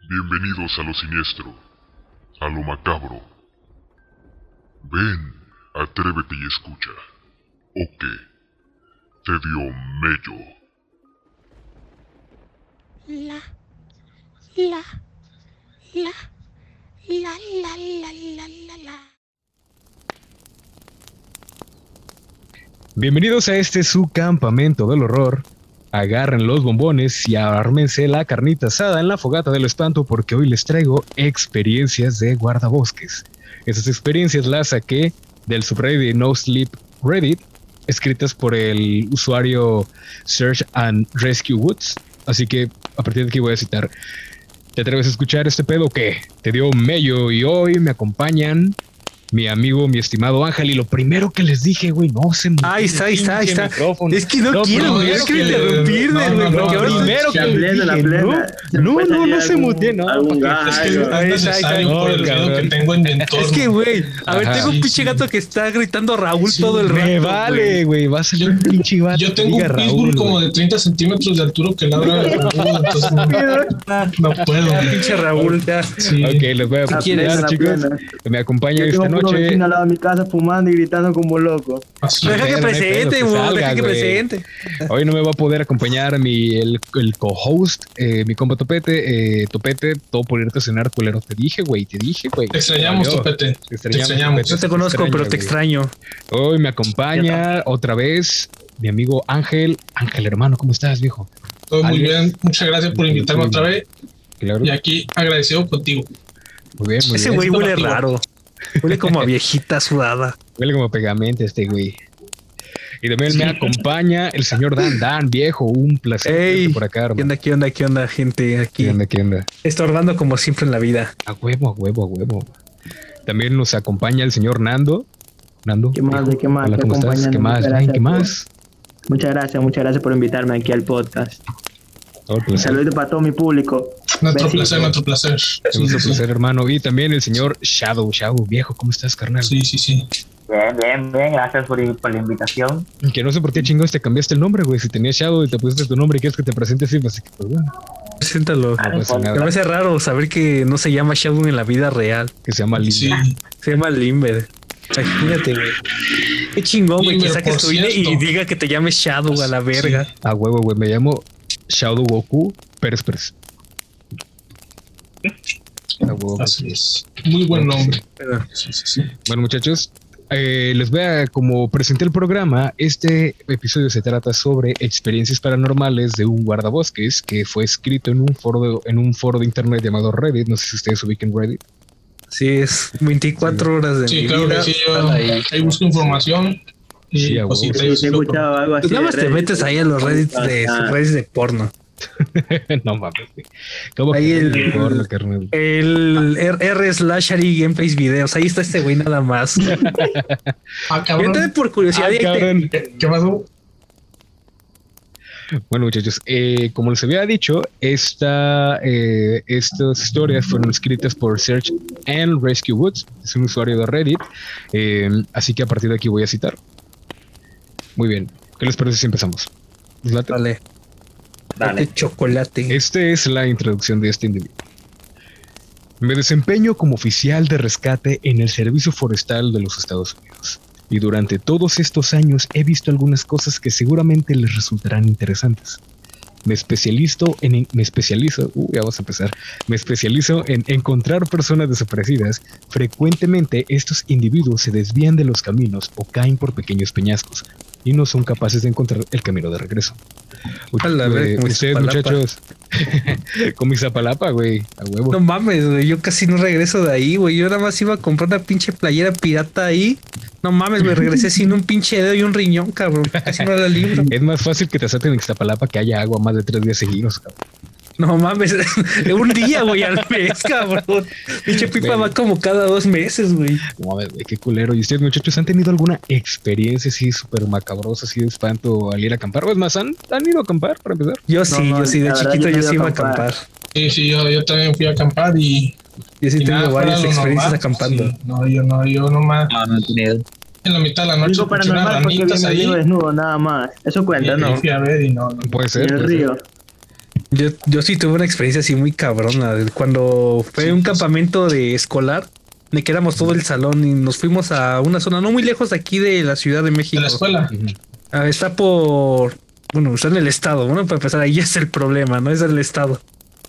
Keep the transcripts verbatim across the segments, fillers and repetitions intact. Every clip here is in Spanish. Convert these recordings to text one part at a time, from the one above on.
Bienvenidos a lo siniestro, a lo macabro. Ven, atrévete y escucha. ¿O qué? Te dio mello. La, la, la, la, la, la, la, la, la. Bienvenidos a este su campamento del horror. Agarren los bombones y ármense la carnita asada en la fogata del espanto, porque hoy les traigo experiencias de guardabosques. Esas experiencias las saqué del subreddit No Sleep Reddit, escritas por el usuario Search and Rescue Woods. Así que a partir de aquí voy a citar. ¿Te atreves a escuchar este pedo que te dio mello? Y hoy me acompañan mi amigo, mi estimado Ángel, y lo primero que les dije, güey, no se me... Ahí está, ahí está, ahí está. Micrófono. Es que no, No, quiero, no, güey, es no quiero que- interrumpirme, no, güey. no, porque no, ahora- primero que La les plena, dije, la plena. Se no, puede no, salir no se algún- mutea, no, algún porque- gallo. Es que no Ahí es está, ahí está. necesario por el No, ruido cabrón. que tengo en mi entorno. Es que, güey, a ver, Ajá. tengo un Sí, pinche sí. gato que está gritando Raúl Sí, todo el rato. Me vale, güey, va a salir un pinche vato. Yo que tengo diga un pitbull Raúl, como güey. de treinta centímetros de altura que ladra de Raúl, entonces no, no puedo. Ah, pinche Raúl, ya. Sí. Ok, les voy a La platicar, plena, la chicos. plena. Que me acompaña Yo esta tengo puro noche. vecino al lado de mi casa fumando y gritando como loco. Así. Deja que Pero no hay presente, pedo, que güey, salga, deja que güey. presente. Hoy no me va a poder acompañar mi el, el co-host, eh, mi compa Topete, eh, Topete, todo por irte a cenar, culero. Te dije, güey, te dije, güey. Te extrañamos, Valió. Topete. Te extrañamos, extrañamos. Topete, No te conozco, pero te güey. extraño. Hoy me acompaña otra vez mi amigo Ángel. Ángel, hermano, ¿cómo estás, viejo? Todo muy Alex. bien. Muchas gracias por invitarme otra vez. Claro. Y aquí agradecido contigo. Muy bien, muy Ese bien. güey huele Tomativo. raro. Huele como a viejita sudada. Huele como pegamento este güey. Y también me acompaña el señor Dan. Dan, viejo, un placer Ey, tenerte por acá, ¿Qué hermano. onda, qué onda, qué onda, gente? Aquí ¿Qué onda, qué onda? estorbando como siempre en la vida. A huevo, a huevo, a huevo. También nos acompaña el señor Nando. Nando. ¿Qué más? viejo, ¿De qué más? Hola, ¿Qué ¿cómo estás? acompañan? ¿Qué más? Muchas Bien, ¿qué gracias más? Muchas gracias, muchas gracias por invitarme aquí al podcast. Todo el Un placer. saludo para todo mi público. Nuestro Besitos. placer, nuestro placer. Es Sí, un sí, sí. placer, hermano. Y también el señor Shadow. Shadow, viejo, ¿cómo estás, carnal? Sí, sí, sí. Bien, bien, bien, gracias por, por la invitación. Que no sé por qué chingados te cambiaste el nombre, güey. Si tenías Shadow y te pusiste tu nombre y quieres que te presentes así, pues, pues bueno, Preséntalo. Ah, no pasa pues, nada. Me hace raro saber que no se llama Shadow en la vida real. Que se llama Linda. Sí. Se llama Limber. Imagínate, güey. Qué chingón, güey, que Limber, saques por tu I N E y cierto. diga que te llames Shadow a la verga. A huevo, güey. Me llamo Shadow Goku Pérez Pérez. A huevo. Así es. Muy buen nombre. Pero- Sí, sí, sí. Bueno, muchachos, eh, les voy a, como presenté el programa, este episodio se trata sobre experiencias paranormales de un guardabosques que fue escrito en un foro de, en un foro de internet llamado Reddit. No sé si ustedes ubiquen Reddit. Sí, es veinticuatro horas de Sí, mi claro vida. que sí. Yo están ahí. ahí busco información. Y Sí, a huevo. cositas. Sí, yo he sí lo- escuchado algo así. Pues nada más de te Reddit. metes ahí a los Reddits de, Ah, Reddits de porno. No mames, güey. ¿Cómo Ahí que el- el porno, carnal? El R, R slash Ari Gameplays videos. Ahí está este güey nada más. Ah, Yo cabrón. entré por curiosidad Ah, y ahí te- cabrón. ¿Qué, qué pasó? Bueno, muchachos, eh, como les había dicho, esta, eh, estas historias fueron escritas por Search and Rescue Woods, es un usuario de Reddit, eh, así que a partir de aquí voy a citar. Muy bien, ¿qué les parece si empezamos? ¿Les late? Dale. Dale. Este chocolate. Esta es la introducción de este individuo. Me desempeño como oficial de rescate en el Servicio Forestal de los Estados Unidos. Y durante todos estos años he visto algunas cosas que seguramente les resultarán interesantes. Me especializo en, me especializo, uy, ya vamos a empezar. Me especializo en encontrar personas desaparecidas. Frecuentemente estos individuos se desvían de los caminos o caen por pequeños peñascos y no son capaces de encontrar el camino de regreso. Uy, A la güey, verga, como ustedes, Iztapalapa. muchachos, con mi zapalapa, güey, a huevo. No mames, güey. Yo casi no regreso de ahí, güey. Yo nada más iba a comprar una pinche playera pirata ahí. No mames, me regresé sin un pinche dedo y un riñón, cabrón. Casi no la libro. Es más fácil que te asalten en Iztapalapa que haya agua más de tres días seguidos, cabrón. No mames, un día, güey, al mes, cabrón. Pinche pipa Ven. va como cada dos meses, güey. No, mames, güey, qué culero. ¿Y ustedes, muchachos, han tenido alguna experiencia así súper macabrosa, así de espanto al ir a acampar? O es más, ¿han, han ido a acampar para empezar? Yo sí, no, yo sí, de la verdad, chiquito yo no yo iba sí a iba a acampar. acampar. Sí, sí, yo, yo también fui a acampar y. Yo sí y nada tengo fuera varias de lo experiencias normal. acampando. Sí, no, yo no, yo nomás. No, no he tenido. En la mitad de la noche Digo escuché unas paranormal porque ranitas viene el ahí. río desnudo, nada más. Eso Y cuenta, ahí ¿no? fui a ver y no, no. Puede En ser. el puede ser. río. Yo, yo sí tuve una experiencia así muy cabrona. de Cuando fue Sí, un sí. campamento de escolar, me quedamos todo el salón y nos fuimos a una zona no muy lejos de aquí de la Ciudad de De México. la escuela. Ujú. Ah, está por... Bueno, está en el estado. Bueno, para empezar, ahí es el problema, ¿no? Es el estado.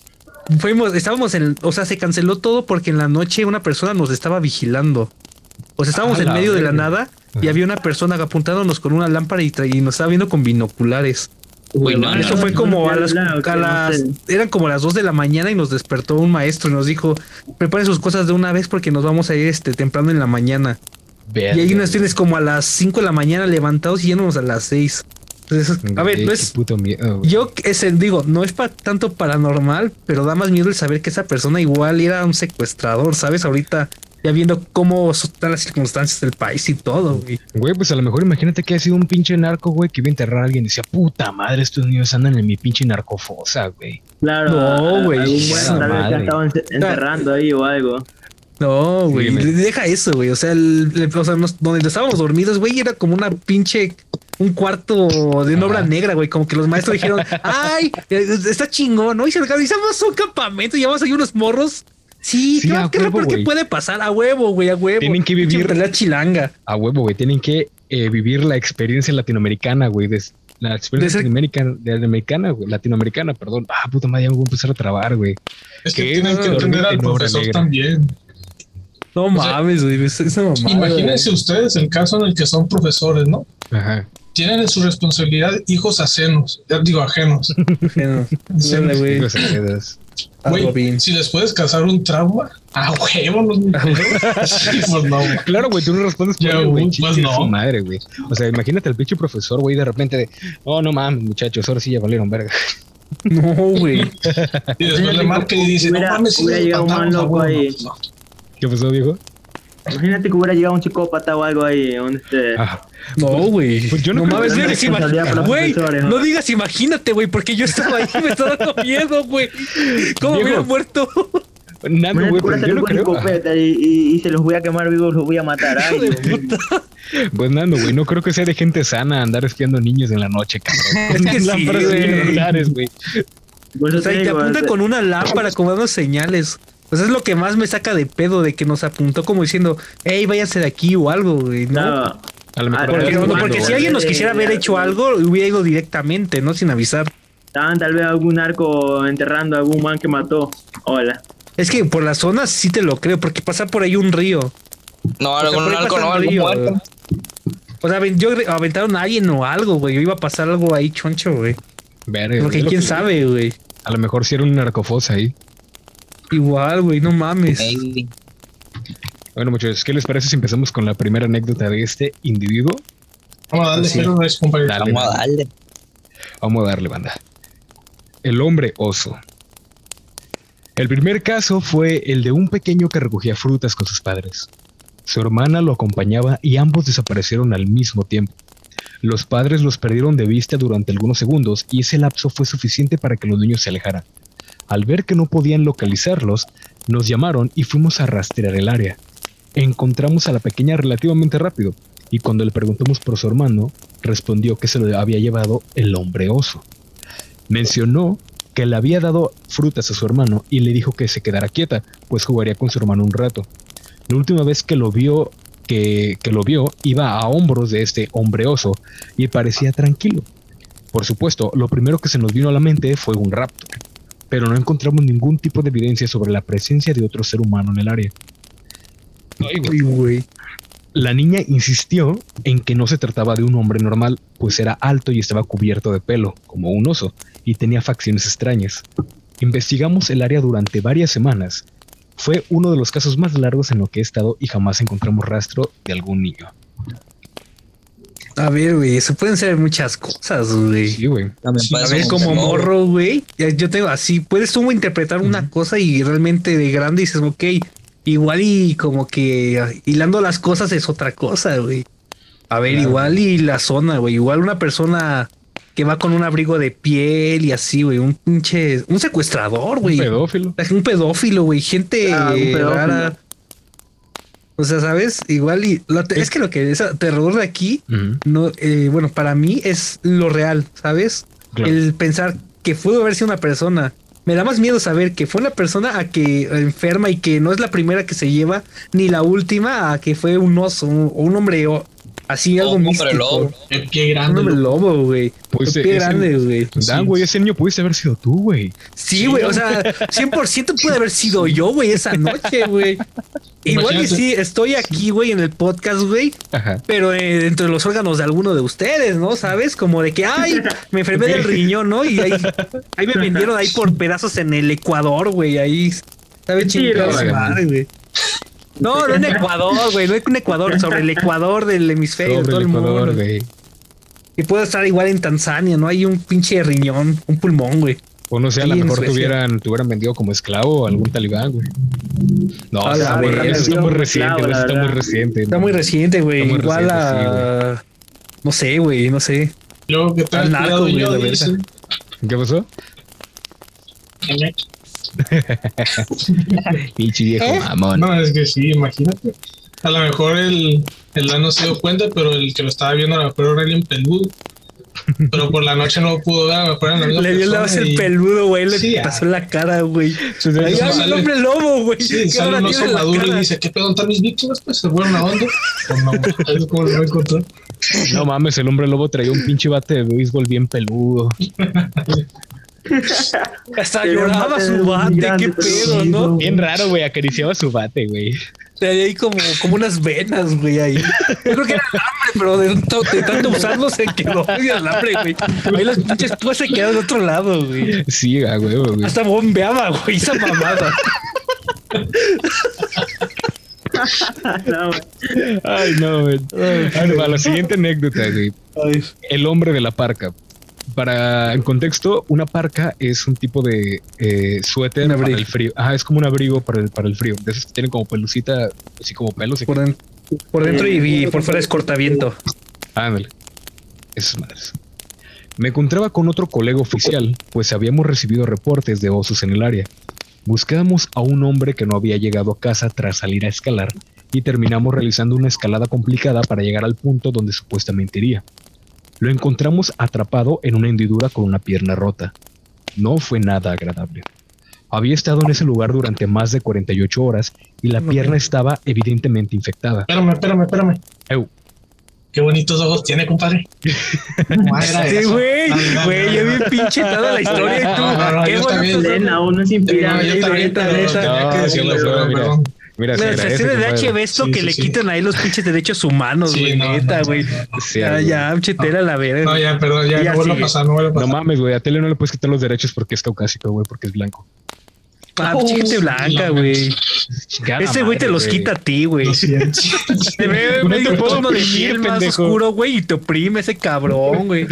Fuimos, estábamos en... O sea, se canceló todo porque en la noche una persona nos estaba vigilando. O sea, estábamos A en la medio de la verga. nada y Ajá. había una persona apuntándonos con una lámpara y, tra- y nos estaba viendo con binoculares. Güey, no, Eso no, fue no. como a no, las, claro, que a no las sé. eran como las dos de la mañana y nos despertó un maestro y nos dijo, preparen sus cosas de una vez porque nos vamos a ir este temprano en la mañana. Verga, Y ahí nos güey. tienes como a las cinco de la mañana levantados y yéndonos a las seis. Entonces, a ver, Güey, no qué es puto miedo, güey. yo es el, digo, no es pa- tanto paranormal, pero da más miedo el saber que esa persona igual era un secuestrador, ¿sabes? Ahorita ya viendo cómo están las circunstancias del país y todo, güey. Güey, pues a lo mejor imagínate que ha sido un pinche narco, güey, que iba a enterrar a alguien y decía, puta madre, estos niños andan en mi pinche narcofosa, güey. Claro. No, a- güey, algún esa bueno, tal vez madre. ya estaban ence- enterrando ahí o algo. No, güey, Sí, me- deja eso, güey. O sea, el, el- o sea, nos- donde estábamos dormidos, güey, era como una pinche un cuarto de una obra Ajá. negra, güey. Como que los maestros dijeron, ay, eh, está chingón, ¿no? Y se organizamos un campamento y llevamos ahí unos morros. Sí, Sí, ¿qué, a qué, huevo, ¿qué güey. puede pasar? A huevo, güey, a huevo. Tienen que vivir- Pinche pelea chilanga. A huevo, güey, tienen que eh, vivir la experiencia latinoamericana, güey, de, la experiencia De ser- latinoamericana, de americana, güey, latinoamericana, perdón. Ah, puta madre, ya me voy a empezar a trabar, güey. Es que ¿Qué? tienen que Dormir entender al en obra profesor negra. también. No O sea, mames, güey. Esa esa mamada, Imagínense ustedes el caso en el que son profesores, ¿no? Ajá. Tienen en su responsabilidad hijos ajenos, ya digo ajenos. güey. No, Sí. dale, güey. Digo, se quedas. Güey, Algo bien. si les puedes causar un trauma, a huevo los niños. Sí, pues no. Claro, güey, tú no respondes por Ya, ello, güey. güey, Chingue pues no. su madre, güey. O sea, imagínate al pinche profesor, güey, de repente de, oh, no mames, muchachos, ahora sí ya valieron verga. No, güey. Y después le marca y dice, no Hubiera- mames, si hubiera les llegado un man espantamos a loco huevo". ahí. No, pues no. ¿Qué pasó, viejo? Imagínate que hubiera llegado un psicópata o algo ahí donde esté. Ah, No, güey. Pues yo no creo mames, que no sea digas responsabilidad imag- para los güey, profesores, ¿no? no digas imagínate, güey, porque yo estaba ahí y me estaba comiendo, güey. ¿Cómo Viejo. hubiera muerto? Nando, Imagínate güey, que hubiera pero yo salido no con creo. escopeta y, y, y se los voy a quemar vivos, los voy a matar. Ay, Hijo de Dios mío. puta. Pues Nando, güey, no creo que sea de gente sana andar espiando niños en la noche, cabrón. Es que sí, Lámparas güey. militares, güey. Por eso O sea, y te digo, apunta o sea, con una lámpara, como dando señales. Pues es lo que más me saca de pedo de que nos apuntó como diciendo, hey, váyanse de aquí o algo, güey, ¿no? claro, A lo mejor Ah, Porque, era Pero un porque mando, si güey. alguien nos eh, quisiera haber ya, hecho güey. algo, hubiera ido directamente, ¿no? Sin avisar. estaban tal vez algún narco enterrando a algún man que mató. Hola. Es que por la zona sí te lo creo, porque pasa por ahí un río. No, O sea, algún por ahí algo, pasa no, un algo río, muerto. güey. O sea, ven- yo cre- aventaron a alguien o algo, güey. Yo iba a pasar algo ahí choncho, güey. Verga, Porque es lo quién que- sabe, güey. A lo mejor sí era un narcofosa ahí. Igual, güey, no mames. Ey, Bueno, muchachos, ¿qué les parece si empezamos con la primera anécdota de este individuo? Vamos a darle Sí. cero una vez, compañero. Dale, vamos a banda. darle. Vamos a darle, banda. El hombre oso. El primer caso fue el de un pequeño que recogía frutas con sus padres. Su hermana lo acompañaba y ambos desaparecieron al mismo tiempo. Los padres los perdieron de vista durante algunos segundos y ese lapso fue suficiente para que los niños se alejaran. Al ver que no podían localizarlos, nos llamaron y fuimos a rastrear el área. Encontramos a la pequeña relativamente rápido y cuando le preguntamos por su hermano, respondió que se lo había llevado el hombre oso. Mencionó que le había dado frutas a su hermano y le dijo que se quedara quieta, pues jugaría con su hermano un rato. La última vez que lo vio, que, que lo vio, iba a hombros de este hombre oso y parecía tranquilo. Por supuesto, lo primero que se nos vino a la mente fue un rapto, pero no encontramos ningún tipo de evidencia sobre la presencia de otro ser humano en el área. Ay, güey. Uy, güey. La niña insistió en que no se trataba de un hombre normal, pues era alto y estaba cubierto de pelo, como un oso, y tenía facciones extrañas. Investigamos el área durante varias semanas. Fue uno de los casos más largos en lo que he estado y jamás encontramos rastro de algún niño. A ver, güey, eso pueden ser muchas cosas, güey. Sí, güey. También Sí, A parece ver, un como terror. morro, güey. ya- Yo tengo así, puedes tú interpretar una cosa y realmente de grande dices, ok, igual y como que ah, hilando las cosas es otra cosa, güey. A ver, Claro. igual y la zona, güey. Igual una persona que va con un abrigo de piel y así, güey. Un pinche, un secuestrador, Un güey. pedófilo. Un pedófilo, güey. Gente Ah, un pedófilo. rara. O sea, ¿sabes? Igual y lo te- es que lo que es terror de aquí, Ujú, no, eh, bueno, para mí es lo real, ¿sabes? claro. El pensar que pudo haber sido una persona. Me da más miedo saber que fue una persona a que enferma y que no es la primera que se lleva, ni la última a que fue un oso o un, un hombre o así, algo un místico. hombre lobo. El pie Un grande. hombre lobo, güey. Pues El pie ese- grande, güey. Dan, güey, ese niño pudiste haber sido tú, güey. Sí, güey, o sea, cien por ciento puede haber sido yo, güey, esa noche, güey. Igual y Imagínate. sí, estoy aquí, güey, en el podcast, güey, Ajá. pero eh, dentro de los órganos de alguno de ustedes, ¿no? ¿Sabes? Como de que, ay, me enfermé del riñón, ¿no? Y ahí, ahí me vendieron ahí por pedazos en el Ecuador, güey, ahí, ¿sabes? Chingada güey. madre, güey. No, no en Ecuador, güey, no en Ecuador, sobre el Ecuador del hemisferio, Sobre todo el el Ecuador, mundo. güey. Y puedo estar igual en Tanzania, ¿no? Hay un pinche riñón, un pulmón, güey. O no sé, a Sí, lo en mejor te Suecia. hubieran, te hubieran vendido como esclavo a algún talibán, güey. No, A eso la está muy, verga, eso está tío, muy como reciente, esclavo, güey, la eso está muy verdad. reciente. Está ¿no? muy reciente, güey. Está muy Igual reciente, a... No sé, güey, no sé. Luego que Al tal narco, cuidado güey, yo, la dice. ¿Qué pasó? Pinche viejo mamón. No, es que sí, imagínate. A lo mejor el, el Dan no se dio cuenta, pero el que lo estaba viendo a lo mejor era alguien peludo. Pero por la noche no lo pudo ver, a lo mejor era la misma Le vio la persona base el y- peludo, güey. Le Sí, pasó ah. en la cara, güey. Sí, Ahí sí, hay un sale- hombre lobo, güey. Sí, ¿Qué sale ahora un oso tiene en la maduro y cara? dice, ¿qué pedo están mis víctimas? Pues se fueron a onda. Pues no, es como lo voy a encontrar. No mames, el hombre lobo traía un pinche bate de béisbol bien peludo. Hasta Tenía un lloraba bate su muy bate, grande, qué pero pedo, sí, ¿no? Bien raro, güey, acariciaba su bate, güey. Tenía ahí como, como unas venas, güey, ahí. Yo creo que era alambre, pero de, to- de tanto usarlo se quedó el alambre, güey. Ahí las pinches pues se quedaron de otro lado, güey. Sí, a huevo, güey. Hasta bombeaba, güey, esa mamada. No, güey. Ay, no, güey. Ahora va, la siguiente anécdota, güey. Ay, El hombre de la parca. Para, en contexto, una parca es un tipo de eh, suéter Un para abrigo. el frío. Ajá, es como un abrigo para el, para el frío. De esos que tienen como pelucita, así como pelos. por, den- por dentro y, y por fuera es cortaviento. Ándale. Esas madres. Me encontraba con otro colega oficial, pues habíamos recibido reportes de osos en el área. Buscábamos a un hombre que no había llegado a casa tras salir a escalar y terminamos realizando una escalada complicada para llegar al punto donde supuestamente iría. Lo encontramos atrapado en una hendidura con una pierna rota. No fue nada agradable. Había estado en ese lugar durante más de cuarenta y ocho horas y la pierna estaba evidentemente infectada. Espérame, espérame, espérame. Eu, Qué bonitos ojos tiene, compadre. ¿Cómo era Sí, eso? güey, No, no, güey, no, yo no. bien pinche toda la historia y tú. No, no, no, qué yo bonito también. sos. Elena, uno es No, inspirante. yo también, neta, pero neta. tenía que No, decirlo, sí, perdón, mira. perdón. mira, La se agradece, estación de compadre. H B esto Sí, que sí, le sí. quitan ahí los pinches derechos humanos, Sí, güey, no, neta, no, güey. Sí, Ya, güey. ya, chetera la verga. No, ya, perdón, ya, Ya no vuelve a sigue. pasar, no vuelve a No pasar. mames, güey. A Tele no le puedes quitar los derechos porque es caucásico, güey, porque es blanco. Ah, pinche gente blanca, güey. Chingada Ese güey te madre, los quita a ti, güey. Lo siento. Te ve No medio te puedo tono de oprimir, piel más pendejo. oscuro, güey, y te oprime ese cabrón, güey.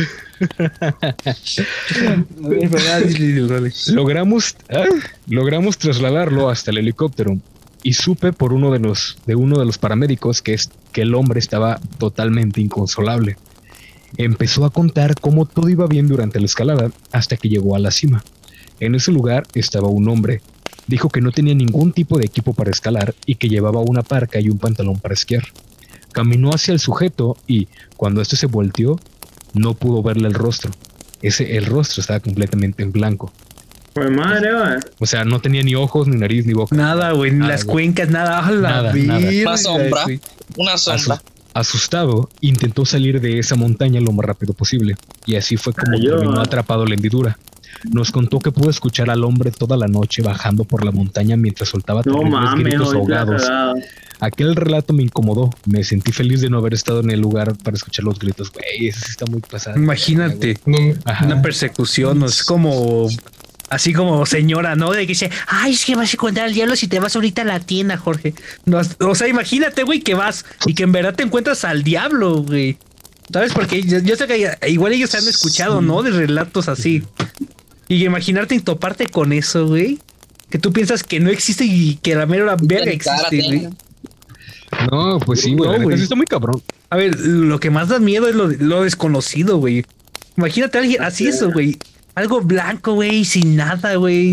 Logramos, ah, logramos trasladarlo hasta el helicóptero y supe por uno de los de uno de los paramédicos que es que el hombre estaba totalmente inconsolable. Empezó a contar cómo todo iba bien durante la escalada hasta que llegó a la cima. En ese lugar estaba un hombre. Dijo que no tenía ningún tipo de equipo para escalar y que llevaba una parca y un pantalón para esquiar. Caminó hacia el sujeto y, cuando este se volteó, no pudo verle el rostro. Ese, el rostro estaba completamente en blanco. Pues madre, güey. O sea, no tenía ni ojos, ni nariz, ni boca. Nada, güey, ni Nada, las güey. cuencas, nada. A la Nada, verga, nada. Una sombra. güey. Una sombra. Asu- asustado, intentó salir de esa montaña lo más rápido posible. Y así fue como Ayuda. terminó atrapado en la hendidura. Nos contó que pudo escuchar al hombre toda la noche bajando por la montaña mientras soltaba No terribles mames, gritos hoy la ahogados. cagada. Aquel relato me incomodó. Me sentí feliz de no haber estado en el lugar para escuchar los gritos. Güey, eso sí está muy pasado. Imagínate, No, Ajá. una persecución, ¿no? Es como... Así como señora, ¿no? De que dice, ay, es que vas a encontrar al diablo si te vas ahorita a la tienda, Jorge. No, o sea, imagínate, güey, que vas y que en verdad te encuentras al diablo, güey. ¿Sabes? Porque yo, yo sé que igual ellos han escuchado, ¿no? De relatos así. Y imaginarte y toparte con eso, güey. Que tú piensas que no existe y que la mera verga existe, güey. No, pues sí, güey. No, la neta güey. sí está muy cabrón. A ver, lo que más da miedo es lo, lo desconocido, güey. Imagínate a alguien así eso, güey. Algo blanco, güey, sin nada, güey.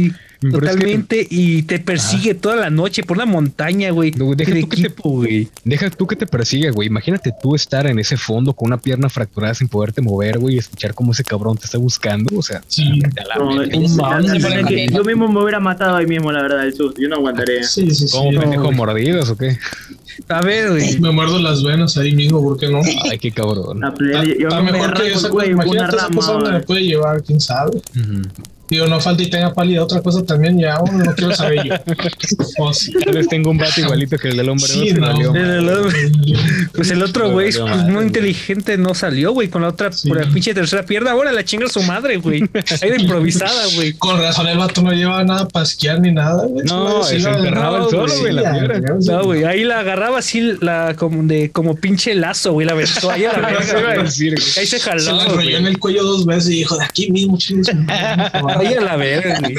Pero es que- Totalmente, y te persigue toda la noche por una montaña, güey. No, güey, deja de tú que te- equipo, güey. Deja tú que te persiga, güey. Imagínate tú estar en ese fondo con una pierna fracturada sin poderte mover, güey, y escuchar cómo ese cabrón te está buscando. O sea, Sí. a la No, verga. no, mames, la- la- se la- pone yo mismo me hubiera matado ahí mismo, la verdad, el susto. Yo no aguantaría. Sí, sí, sí. ¿Cómo no, pendejo güey. mordidas o qué? A ver, güey. Me muerdo las venas ahí mismo, ¿por qué no? Ay, qué cabrón. La plena, Está, yo está me mejor arranco que el esa cosa. cuello con una Imagínate esa cosa rama. donde me güey. puede llevar, quién sabe. Ujú. Digo, no falta y tenga pálida otra cosa también, ya uno no quiero saber yo. O sí. Tal vez tengo un vato igualito que el del hombre. Sí, oso y no. valió. El otro- Pues el otro No, güey, valió pues, madre, muy güey. inteligente, no salió, güey, con la otra, Sí. por la pinche tercera pierna. Ahora la chinga su madre, güey. Ahí de improvisada, güey. Con razón el vato no llevaba nada para esquiar ni nada, güey. No, Sí, se la- enterraba no, el solo, güey, güey, la ya, piedra. ya, No, güey, ahí la agarraba así, la, como de, como pinche lazo, güey, la aventó ahí a la Eso iba a verga, güey. decir, güey. Ahí se Se la jaló, enrolló güey. en el cuello dos veces y dijo, de aquí mismo, chingos. Ahí a la verga, güey.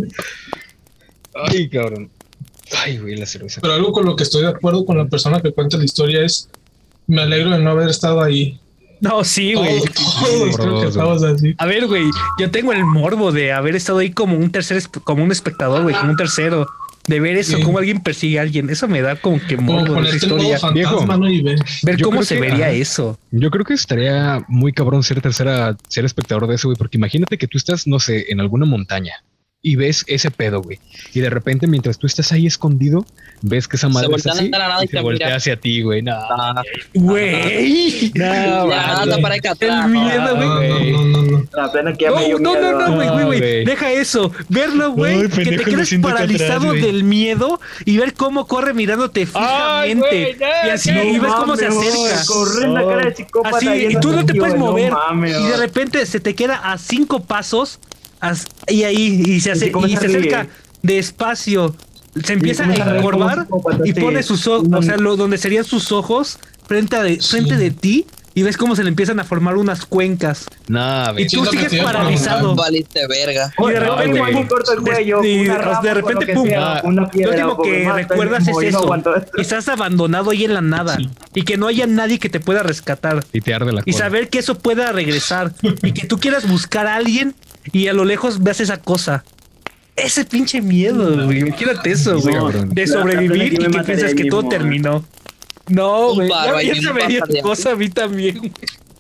Ay, cabrón. Ay, güey, la cerveza. Pero algo con lo que estoy de acuerdo con la persona que cuenta la historia es, me alegro de no haber estado ahí. No, sí, güey. Todos, todos creo que Horroroso. estamos así. A ver, güey, yo tengo el morbo de haber estado ahí como un tercer, esp- como un espectador, güey, como un tercero. De ver eso, Sí. cómo alguien persigue a alguien. Eso me da como que Como morbo de esa ponerte en modo historia. fantasma, Viejo. ¿no? Y ver. Ver Yo cómo creo se que- vería ajá. eso. Yo creo que estaría muy cabrón ser tercera, ser espectador de eso, güey, porque imagínate que tú estás, no sé, en alguna montaña y ves ese pedo, güey, y de repente mientras tú estás ahí escondido, ves que esa madre voltea está así de la nada y y se te voltea mira. hacia ti, güey. No, Ah, Güey. no, ya, vale. anda para acá atrás. El miedo, No, güey. no, no, no, no. La plena que ya me No, dio no, no, miedo. no, güey, güey, No, güey. güey. Deja eso. Verlo, güey. Ay, Que te pendejo, me quedes siento acá atrás, paralizado güey. del miedo y ver cómo corre mirándote fijamente. güey, no, y así, no y ves cómo se mames, acerca. Correr en la cara de psicópata. Así, y yendo tú no te contigo, puedes mover. mames, y de güey. repente se te queda a cinco pasos as- y ahí y se, hace, Y comienza y se a reír. acerca despacio. Se empieza comienza a a reír como encorvar psicópata, y sí. pone sus ojos, Una- o sea, lo, donde serían sus ojos frente, a de, frente de ti y ves cómo se le empiezan a formar unas cuencas. Nah, Y güey. Sí, tú es lo que sigues te iba a paralizado. Valiste verga. Y de Oye, repente, güey, pum, corta el de- cuello, y una de rama, repente, con lo que pum, sea, ah, una Lo piedra, último porque que mata recuerdas mismo, es yo no eso. aguanto esto. Que estás abandonado ahí en la nada y que no haya nadie que te pueda rescatar. Y te arde la Y cola. saber que eso pueda regresar y que tú quieras buscar a alguien y a lo lejos veas esa cosa. Ese pinche miedo, güey. Imagínate eso, Sí, güey. cabrón. De La- la sobrevivir pena que y me que mataría piensas ahí que todo mismo, terminó. No, Un güey. baro Ya, ahí ya mismo se me dio pasaría. cosa a mí también, güey.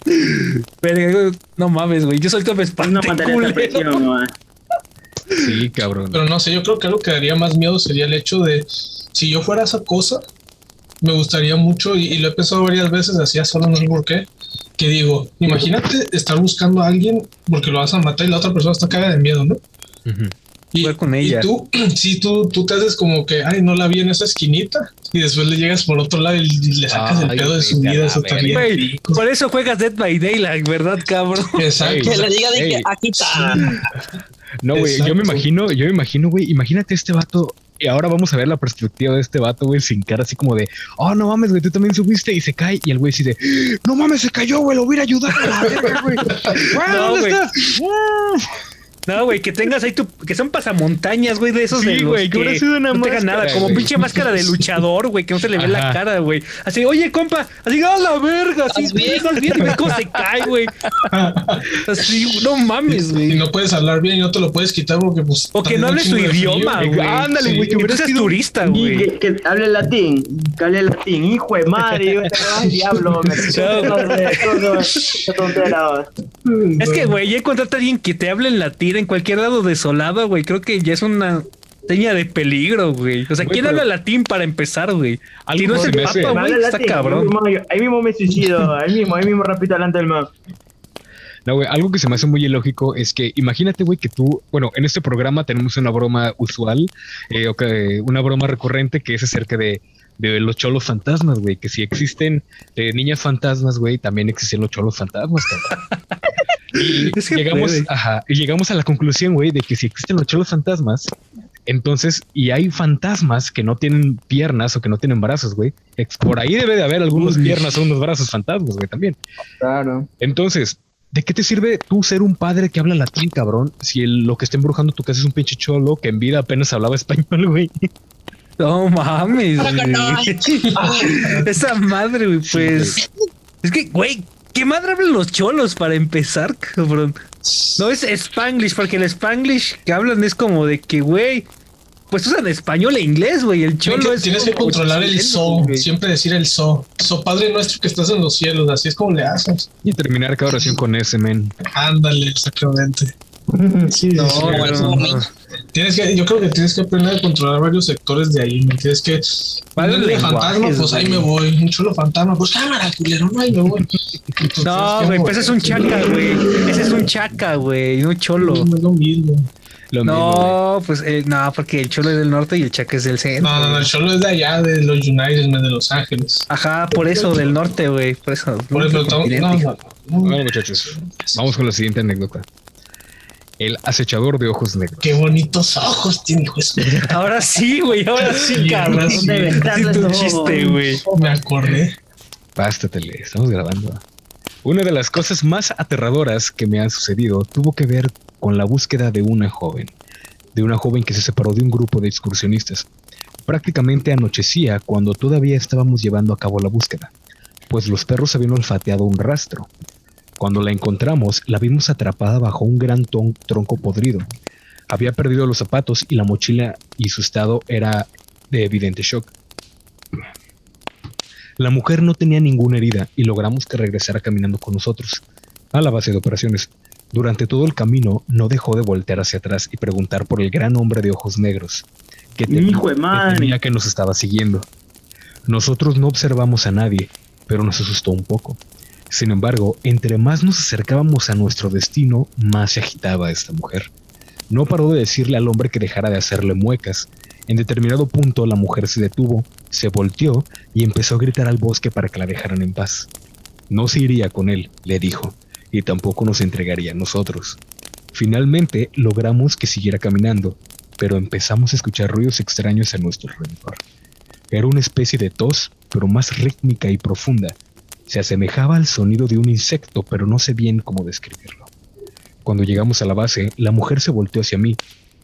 Pero no mames, güey. Yo solito me No espanté, mataría esa culero. presión, güey. Sí, cabrón. Pero no sé, yo creo que algo que daría más miedo sería el hecho de, si yo fuera esa cosa, me gustaría mucho, y, y lo he pensado varias veces, así a solo no sé por qué, que digo, imagínate estar buscando a alguien porque lo vas a matar y la otra persona está cagada de miedo, ¿no? Ujú. Y, Jugar con ella. y tú, sí, tú, tú te haces como que, ay, no la vi en esa esquinita, y después le llegas por otro lado y, y le sacas Ay, el pedo de su vete a vida, la eso verga. también. Güey, por eso juegas Dead by Daylight, ¿verdad, cabrón? Exacto. Que le diga de que Ey. aquí está. No, güey, yo me Exacto. imagino, yo me imagino, güey, imagínate este vato. Y ahora vamos a ver la perspectiva de este vato, güey, sin cara así como de, oh, no mames, güey, tú también subiste y se cae. Y el güey así de, no mames, se cayó, güey, lo voy a ir a ayudar a la verga, güey. Güey, No, ¿dónde güey. estás? No, güey, que tengas ahí tu, que son pasamontañas, güey, de esos Sí, de los güey, que hubiera sido una no tengan máscara, nada, como güey. pinche máscara de luchador, güey, que no se le ve la Ajá. cara, güey. Así, oye, compa, así, ¡a la verga! Así, ¿Estás bien? ¿estás bien? ¿Ves cómo se cae, güey? Así, no mames, Y güey. no puedes hablar bien y no te lo puedes quitar porque pues... O que también no un hable su chingo de frío. idioma, frío, güey. ándale, Sí. güey, que Que tú hubiera seas sido turista, Y güey. que, que hable latín, que hable latín, hijo de madre, yo ay, diablo, me esa tontera. Es que, güey, ya encontrarte a alguien que te hable en latín en cualquier lado desolado, güey, creo que ya es una seña de peligro, güey. O sea, Güey, ¿quién pero- habla latín para empezar, güey? Algo Si no es se el me hace- Papa, Me güey, habla está latín, cabrón. Ahí mismo, yo- ahí mismo me suicido, ahí mismo, ahí mismo rapidito delante del map. No, güey, algo que se me hace muy ilógico es que imagínate, güey, que tú, bueno, en este programa tenemos una broma usual, eh, o que, una broma recurrente que es acerca de, de los cholos fantasmas, güey, que si existen eh, niñas fantasmas, güey, también existen los cholos fantasmas, cabrón. Y Es que llegamos, puede. ajá, y llegamos a la conclusión, güey, de que si existen los cholos fantasmas, entonces, y hay fantasmas que no tienen piernas o que no tienen brazos, güey, ex- por ahí debe de haber algunas Uy. piernas o unos brazos fantasmas, güey, también. Claro. Entonces, ¿de qué te sirve tú ser un padre que habla latín, cabrón? Si el- lo que está embrujando tu casa es un pinche cholo que en vida apenas hablaba español, güey. No mames, Para güey. ganar. Esa madre, güey, pues. Es que, güey, ¿qué madre hablan los cholos para empezar, cabrón? No es Spanglish, porque el Spanglish que hablan es como de que, güey, pues usan español e inglés, güey. El cholo Tienes que, es. tienes que como controlar el chileno, so, güey. siempre decir el so. So Padre nuestro que estás en los cielos, así es como le haces. Y terminar cada oración con ese, men. Ándale, exactamente. Sí, No, sí, no, no. Tienes que, yo creo que tienes que aprender a controlar varios sectores de ahí. ¿Me tienes que Varios un fantasma, lenguajes, pues ahí me güey. voy. Un chulo fantasma, pues cámara, culero, no, ahí me voy. Entonces, No, ¿qué güey, hago? pues es un chaca, güey. Ese es un chaca, güey, no cholo. No es lo mismo. Lo mismo, No, pues eh, no, porque el cholo es del norte y el chaca es del centro. No, no, no, el cholo es de allá, de los United, de Los Ángeles. Ajá, por eso, del norte, güey. Por eso. Por eso, no, no, no, güey. no. Bueno, muchachos, vamos con la siguiente anécdota. El acechador de ojos negros. Qué bonitos ojos tiene, hijo de su- Ahora sí, güey, ahora sí, Sí, cabrón. ahora sí. Debe estar Sí, tu los chiste, ojos. güey. Me acordé. Bástatele, estamos grabando. Una de las cosas más aterradoras que me han sucedido tuvo que ver con la búsqueda de una joven. De una joven que se separó de un grupo de excursionistas. Prácticamente anochecía cuando todavía estábamos llevando a cabo la búsqueda, pues los perros habían olfateado un rastro. Cuando la encontramos, la vimos atrapada bajo un gran ton- tronco podrido. Había perdido los zapatos y la mochila y su estado era de evidente shock. La mujer no tenía ninguna herida y logramos que regresara caminando con nosotros a la base de operaciones. Durante todo el camino no dejó de voltear hacia atrás y preguntar por el gran hombre de ojos negros que temía, Hijo de que madre. temía que nos estaba siguiendo. Nosotros no observamos a nadie, pero nos asustó un poco. Sin embargo, entre más nos acercábamos a nuestro destino, más se agitaba esta mujer. No paró de decirle al hombre que dejara de hacerle muecas. En determinado punto la mujer se detuvo, se volteó y empezó a gritar al bosque para que la dejaran en paz. No se iría con él, le dijo, y tampoco nos entregaría a nosotros. Finalmente logramos que siguiera caminando, pero empezamos a escuchar ruidos extraños a nuestro alrededor. Era una especie de tos, pero más rítmica y profunda. Se asemejaba al sonido de un insecto, pero no sé bien cómo describirlo. Cuando llegamos a la base, la mujer se volteó hacia mí.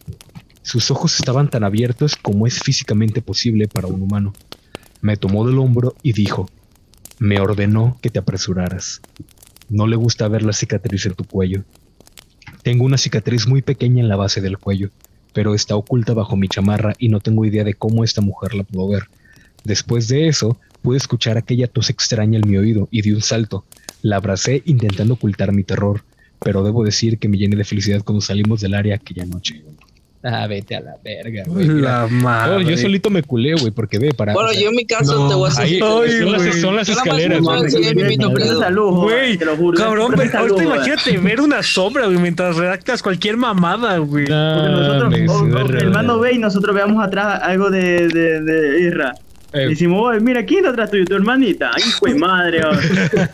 Sus ojos estaban tan abiertos como es físicamente posible para un humano. Me tomó del hombro y dijo, me ordenó que te apresuraras. No le gusta ver la cicatriz en tu cuello. Tengo una cicatriz muy pequeña en la base del cuello, pero está oculta bajo mi chamarra y no tengo idea de cómo esta mujer la pudo ver. Después de eso, pude escuchar aquella tos extraña en mi oído y di un salto. La abracé intentando ocultar mi terror, pero debo decir que me llené de felicidad cuando salimos del área aquella noche. Ah, vete a la verga, güey. La Mira. madre. No, yo solito me culé, güey, porque ve, para... Bueno, yo en mi caso No, te voy a ahí, decir. Ay, son, las, güey. son las Yo nada más escaleras, puedo güey. decir mi pito pedo. Salud, Güey, te lo juro. cabrón, Siempre pero ahorita salud, imagínate ver una sombra, güey, mientras redactas cualquier mamada, güey. Porque No, nosotros, me o- o- zurra, el mando güey. ve y nosotros veamos atrás algo de, de, de Isra. Eh, Decimos, oye, mira, ¿quién está atrás tuyo? Tu hermanita. Hijo de madre, oh.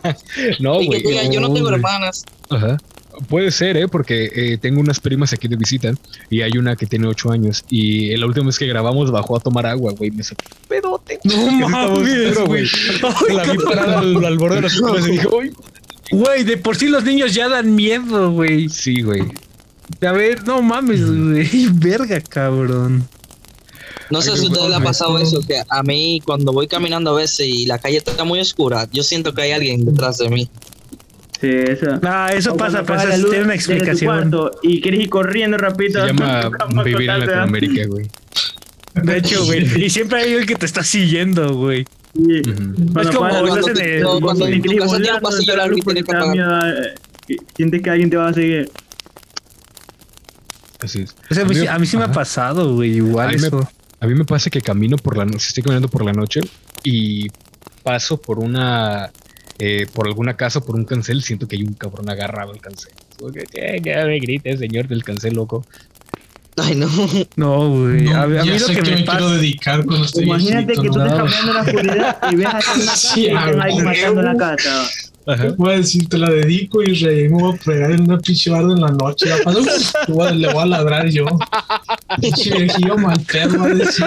no, Y que güey. tú digas, yo no tengo güey. hermanas. Ajá. Puede ser, ¿eh? Porque eh, tengo unas primas aquí de visita y hay una que tiene ocho años y la última vez que grabamos bajó a tomar agua, güey. Me sacó un pedote. No Que sí estaba mames, oscuro, güey. La vi parada al, al borde de las escaleras y dije, ¡ay! Güey, de por sí los niños ya dan miedo, güey. Sí, güey. A ver, no mames, güey. Verga, cabrón. No sé Ay, si a qué ustedes les ha bueno pasado esto. eso, que a mí cuando voy caminando a veces y la calle está muy oscura, yo siento que hay alguien detrás de mí. Sí, eso. Ah, eso O pasa, cuando pero apaga eso la luz tiene una desde tu explicación. cuarto y quieres ir corriendo Se rapidito. llama a tu cama, vivir en acostarte, Latinoamérica, güey. De hecho, güey. Y siempre hay alguien que te está siguiendo, güey. Sí. Ujú. Cuando Es como apagas la estás luz, en el- cuando cuando te en tu quieres casa tiene volar, un pasillo no te da largo y luz porque tienes que te da miedo, eh, que- sientes que alguien te va a seguir. Así es. O sea, a mí, sí- a mí sí me ha Ajá. pasado, güey. Igual A mí me- eso. A mí me pasa que camino por la noche, estoy caminando por la noche y paso por una, eh, por alguna casa, por un cancel, siento que hay un cabrón agarrado al cancel. Como que, "Eh, que me grite, señor del cancel, loco". Ay, no. No, güey. No, a, a mí ya lo sé que que me me quiero pasa. dedicar cuando estoy Imagínate viejito, que tú ¿no? estás caminando en la oscuridad y ves a una casa Sí, y están ahí a matando la huevo. casa. Ajá. Voy a decir, te la dedico y rey, me voy a pegar en una pinche barda en la noche. La paso, uf, le voy a- le voy a ladrar yo. Pinche viejillo mal pedo, va a decir.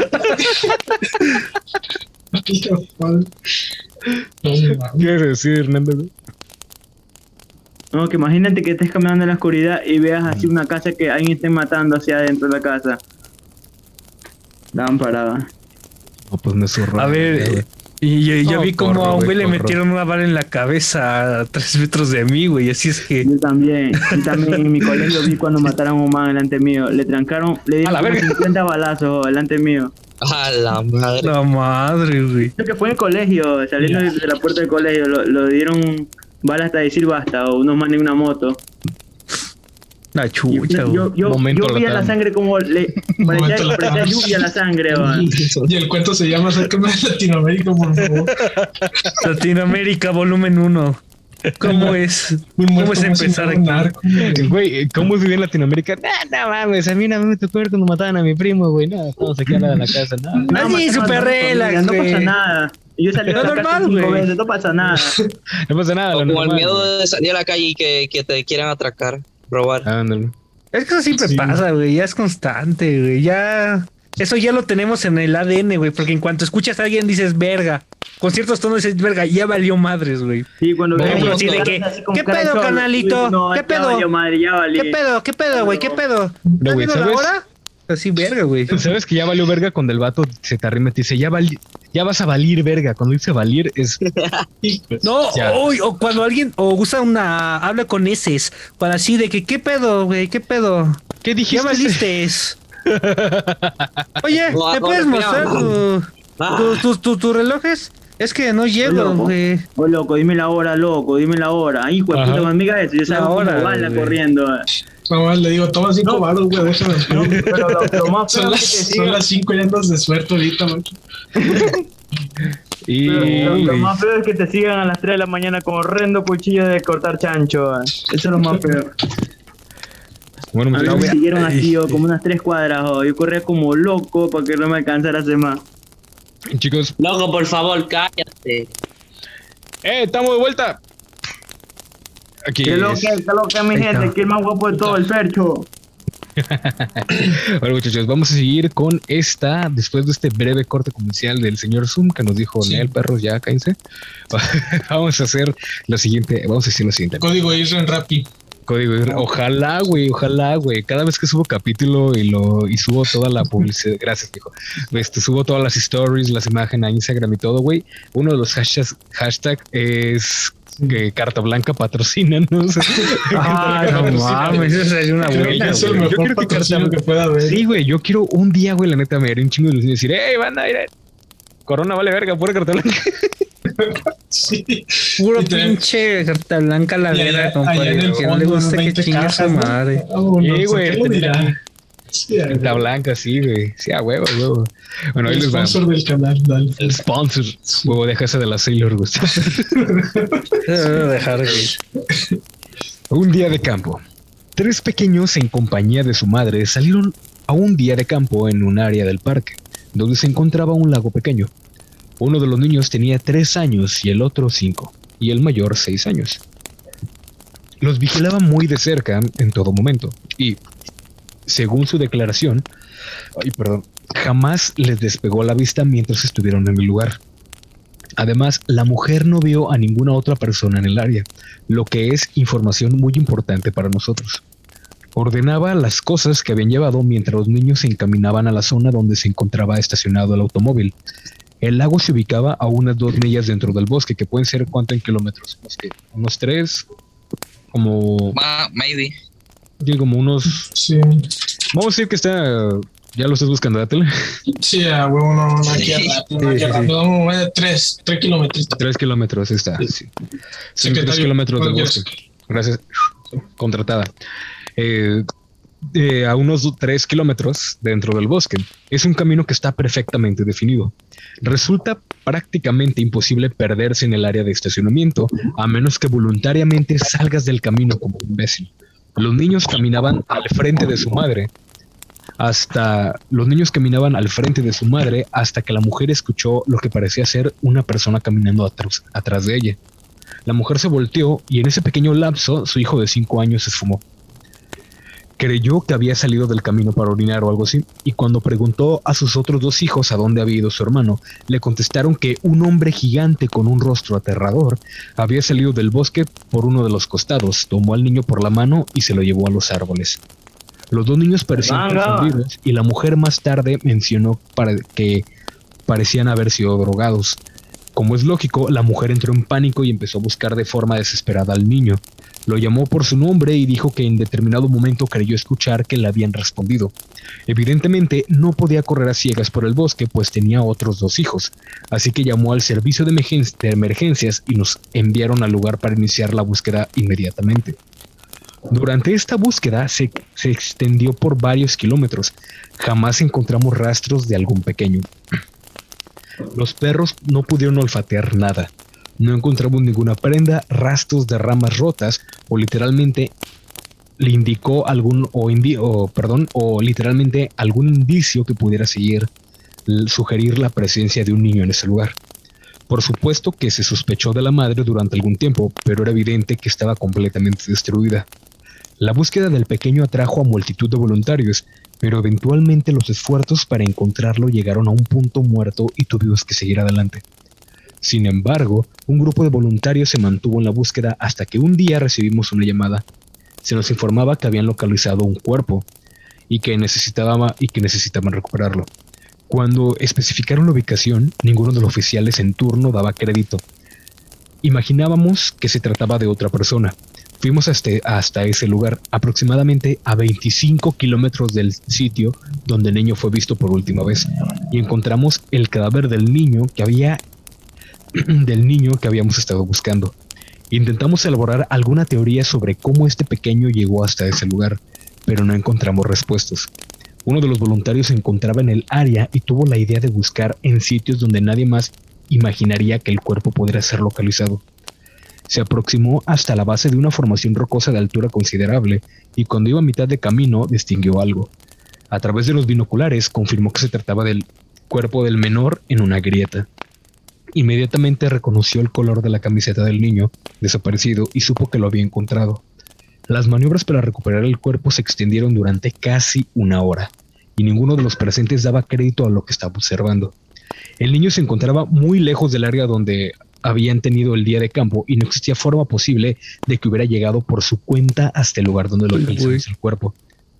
No, mames. ¿Qué quieres decir, Hernando? güey? No, que imagínate que estés caminando en la oscuridad y veas así una casa que alguien esté matando hacia adentro de la casa. Daban parada. No, pues me zurra. A ver, güey. eh, Y yo, yo No, vi como corro, a un güey, güey le corro. metieron una bala en la cabeza a tres metros de mí, güey. Así es que. Yo también, yo también en mi colegio vi cuando mataron a un man delante mío. Le trancaron, le dieron A la como verga. cincuenta balazos delante mío. A la madre. La madre, güey. Creo que fue en el colegio, saliendo de la puerta del colegio, lo, lo dieron balas hasta decir basta, o unos manes en una moto. La Y chucha, güey. yo, yo, Momento yo vi a la Latam. sangre como le Momento parecía, Latam. parecía lluvia la sangre, va. Y el cuento se llama Sácame de Latinoamérica, por favor. Latinoamérica, volumen uno. ¿Cómo es? Un ¿Cómo muerto es empezar más un aquí? narco. Güey, ¿cómo es vivir en Latinoamérica? No, no mames, a mí una vez me tocó ver cuando mataban a mi primo, güey. No, estamos aquí al lado de la casa, no. No, Así, mataron a súper mi relax, familia, no güey. pasa nada. Y yo salí de No, la casa normal, cinco güey. veces, no pasa nada. No pasa nada, lo Como el normal, miedo de salir a la calle y que, que te quieran atracar, robar. güey. Ándale. Es que eso siempre Sí. pasa, güey. Ya es constante, güey. Ya. Eso ya lo tenemos en el A D N, güey. Porque en cuanto escuchas a alguien dices verga. Con ciertos tonos dices verga. Ya valió madres, güey. Sí, cuando Por veo ejemplo, así así de que, así con ¿qué cara de pedo, cholo, canalito? no, ¿Qué ya pedo? valió madre, ya valí. ¿Qué pedo? ¿Qué pedo, güey? ¿Qué pedo? No, ¿Estás güey, viendo la ¿sabes? hora? Así, verga, güey. ¿Sabes que ya valió verga cuando el vato se te arrima y te dice, ya, vali- ya vas a valir verga? Cuando dice valir es... No, Ya. o, o cuando alguien o usa una. Habla con eses. Para así de que, ¿qué pedo, güey? ¿Qué pedo? ¿Qué Ya dijiste? valiste. Oye, No, ¿me no, puedes no, mostrar no. tu, Ah. tu- tu- tu- tus relojes? Es que no llego, loco. güey. Oh, loco, dime la hora, loco, dime la hora. Hijo de Ajá. puta, me amiga eso. Yo La salgo hora, como bala güey. corriendo. No, más le digo, toma cinco No. baros, güey, déjame. No, pero lo, lo más feo Son es las, que te son sigan. las cinco y andas de suerte ahorita, macho. Y... Pero lo, lo más feo es que te sigan a las tres de la mañana con horrendo cuchillo de cortar chancho. eh. Eso es lo más feo. Bueno, A mí muchachos, me siguieron así, oh, como unas tres cuadras. oh. Yo corría como loco para que no me alcanzara a hacer más. chicos, Loco, por favor, cállate. ¡eh, estamos de vuelta! Aquí ¿Qué lo es- que, qué lo que, mi Ahí gente? está. ¿Quién es más guapo de todo? El Fercho. Bueno, muchachos, vamos a seguir con esta, después de este breve corte comercial del señor Zoom que nos dijo, Sí. Nel, perros, ya cállense. Vamos a hacer lo siguiente, vamos a decir lo siguiente. Código Isra en Rappi. Código, ojalá, güey, ojalá, güey. Cada vez que subo capítulo y lo y subo toda la publicidad, gracias, hijo. Este, subo todas las stories, las imágenes a Instagram y todo, güey. Uno de los hashtags hashtag es que Carta Blanca patrocina, ¿no? O sea, Ah, no mames, esa sería una Creo que buena, es el güey. Yo mejor creo que patrocinio Carta- que pueda haber. Sí, güey, yo quiero un día, güey, la neta, me haría un chingo de ilusión y decir, ¡hey, banda, mira! Corona vale verga, pura Carta Blanca. Sí. Puro Y te- pinche carta blanca la Y allá- verga, allá compadre. en el Que no le fondo, gusta que veinte chingue cajas, su ¿no? madre. Vámonos, Sí, güey, ¿qué lo tener dirá? Sí, a Carta huevo. Blanca, sí, güey. Sí, a huevo, a huevo. Bueno, ahí El les va. sponsor del canal, dale. El sponsor. Huevo, déjase de la Sailor, güey. Voy a dejar, güey. Un día de campo. Tres pequeños en compañía de su madre salieron a un día de campo en un área del parque, donde se encontraba un lago pequeño. Uno de los niños tenía tres años y el otro cinco, y el mayor seis años. Los vigilaban muy de cerca en todo momento, y, según su declaración, ay, perdón, jamás les despegó la vista mientras estuvieron en el lugar. Además, la mujer no vio a ninguna otra persona en el área, lo que es información muy importante para nosotros. Ordenaba las cosas que habían llevado mientras los niños se encaminaban a la zona donde se encontraba estacionado el automóvil. El lago se ubicaba a unas dos millas dentro del bosque, que pueden ser ¿cuánto en kilómetros? Unos, ¿qué? Unos tres, como, Ma- maybe. digo, como unos, Sí. vamos a decir que está, ya lo estás buscando, dátela. Sí, a huevo, no, no, aquí Sí. rápido, aquí Sí, sí, rápido. Vamos a ver, tres, tres kilómetros. Tres kilómetros está, sí. Sí, tres Secretario, kilómetros del ¿cuál bosque. Gracias. Contratada. Eh, eh, a unos do- tres kilómetros dentro del bosque. Es un camino que está perfectamente definido. Resulta prácticamente imposible perderse en el área de estacionamiento a menos que voluntariamente salgas del camino como un imbécil. Los niños caminaban al frente de su madre hasta los niños caminaban al frente de su madre hasta que la mujer escuchó lo que parecía ser una persona caminando atrás, atrás de ella. La mujer se volteó y en ese pequeño lapso su hijo de cinco años se esfumó. Creyó que había salido del camino para orinar o algo así, y cuando preguntó a sus otros dos hijos a dónde había ido su hermano, le contestaron que un hombre gigante con un rostro aterrador había salido del bosque por uno de los costados, tomó al niño por la mano y se lo llevó a los árboles. Los dos niños parecían Venga. confundidos y la mujer más tarde mencionó para que parecían haber sido drogados. Como es lógico, la mujer entró en pánico y empezó a buscar de forma desesperada al niño. Lo llamó por su nombre y dijo que en determinado momento creyó escuchar que le habían respondido. Evidentemente no podía correr a ciegas por el bosque, pues tenía otros dos hijos, así que llamó al servicio de, emergen- de emergencias y nos enviaron al lugar para iniciar la búsqueda inmediatamente. Durante esta búsqueda se, se extendió por varios kilómetros. Jamás encontramos rastros de algún pequeño. Los perros no pudieron olfatear nada. No encontramos ninguna prenda, rastros de ramas rotas o literalmente le indicó algún o, indi o perdón o literalmente algún indicio que pudiera seguir sugerir la presencia de un niño en ese lugar. Por supuesto que se sospechó de la madre durante algún tiempo, pero era evidente que estaba completamente destruida. La búsqueda del pequeño atrajo a multitud de voluntarios, pero eventualmente los esfuerzos para encontrarlo llegaron a un punto muerto y tuvimos que seguir adelante. Sin embargo, un grupo de voluntarios se mantuvo en la búsqueda hasta que un día recibimos una llamada. Se nos informaba que habían localizado un cuerpo y que necesitaba, y que necesitaban recuperarlo. Cuando especificaron la ubicación, ninguno de los oficiales en turno daba crédito. Imaginábamos que se trataba de otra persona. Fuimos hasta, hasta ese lugar, aproximadamente a veinticinco kilómetros del sitio donde el niño fue visto por última vez, y encontramos el cadáver del niño que había del niño que habíamos estado buscando. Intentamos elaborar alguna teoría sobre cómo este pequeño llegó hasta ese lugar, pero no encontramos respuestas. Uno de los voluntarios se encontraba en el área y tuvo la idea de buscar en sitios donde nadie más imaginaría que el cuerpo podría ser localizado. Se aproximó hasta la base de una formación rocosa de altura considerable y cuando iba a mitad de camino distinguió algo. A través de los binoculares confirmó que se trataba del cuerpo del menor en una grieta. Inmediatamente reconoció el color de la camiseta del niño desaparecido y supo que lo había encontrado. Las maniobras para recuperar el cuerpo se extendieron durante casi una hora y ninguno de los presentes daba crédito a lo que estaba observando. El niño se encontraba muy lejos del área donde habían tenido el día de campo y no existía forma posible de que hubiera llegado por su cuenta hasta el lugar donde localizamos el cuerpo.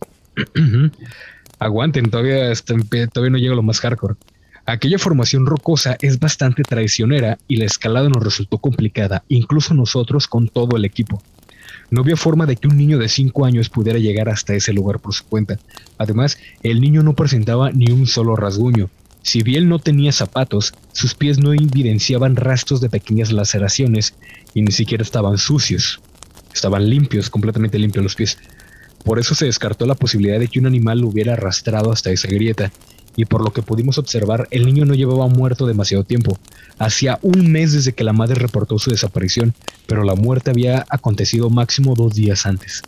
Aguanten, todavía, está, todavía no llega lo más hardcore. Aquella formación rocosa es bastante traicionera y la escalada nos resultó complicada, incluso nosotros con todo el equipo. No había forma de que un niño de cinco años pudiera llegar hasta ese lugar por su cuenta. Además, el niño no presentaba ni un solo rasguño. Si bien no tenía zapatos, sus pies no evidenciaban rastros de pequeñas laceraciones y ni siquiera estaban sucios. Estaban limpios, completamente limpios los pies. Por eso se descartó la posibilidad de que un animal lo hubiera arrastrado hasta esa grieta. Y por lo que pudimos observar, el niño no llevaba muerto demasiado tiempo. Hacía un mes desde que la madre reportó su desaparición, pero la muerte había acontecido máximo dos días antes.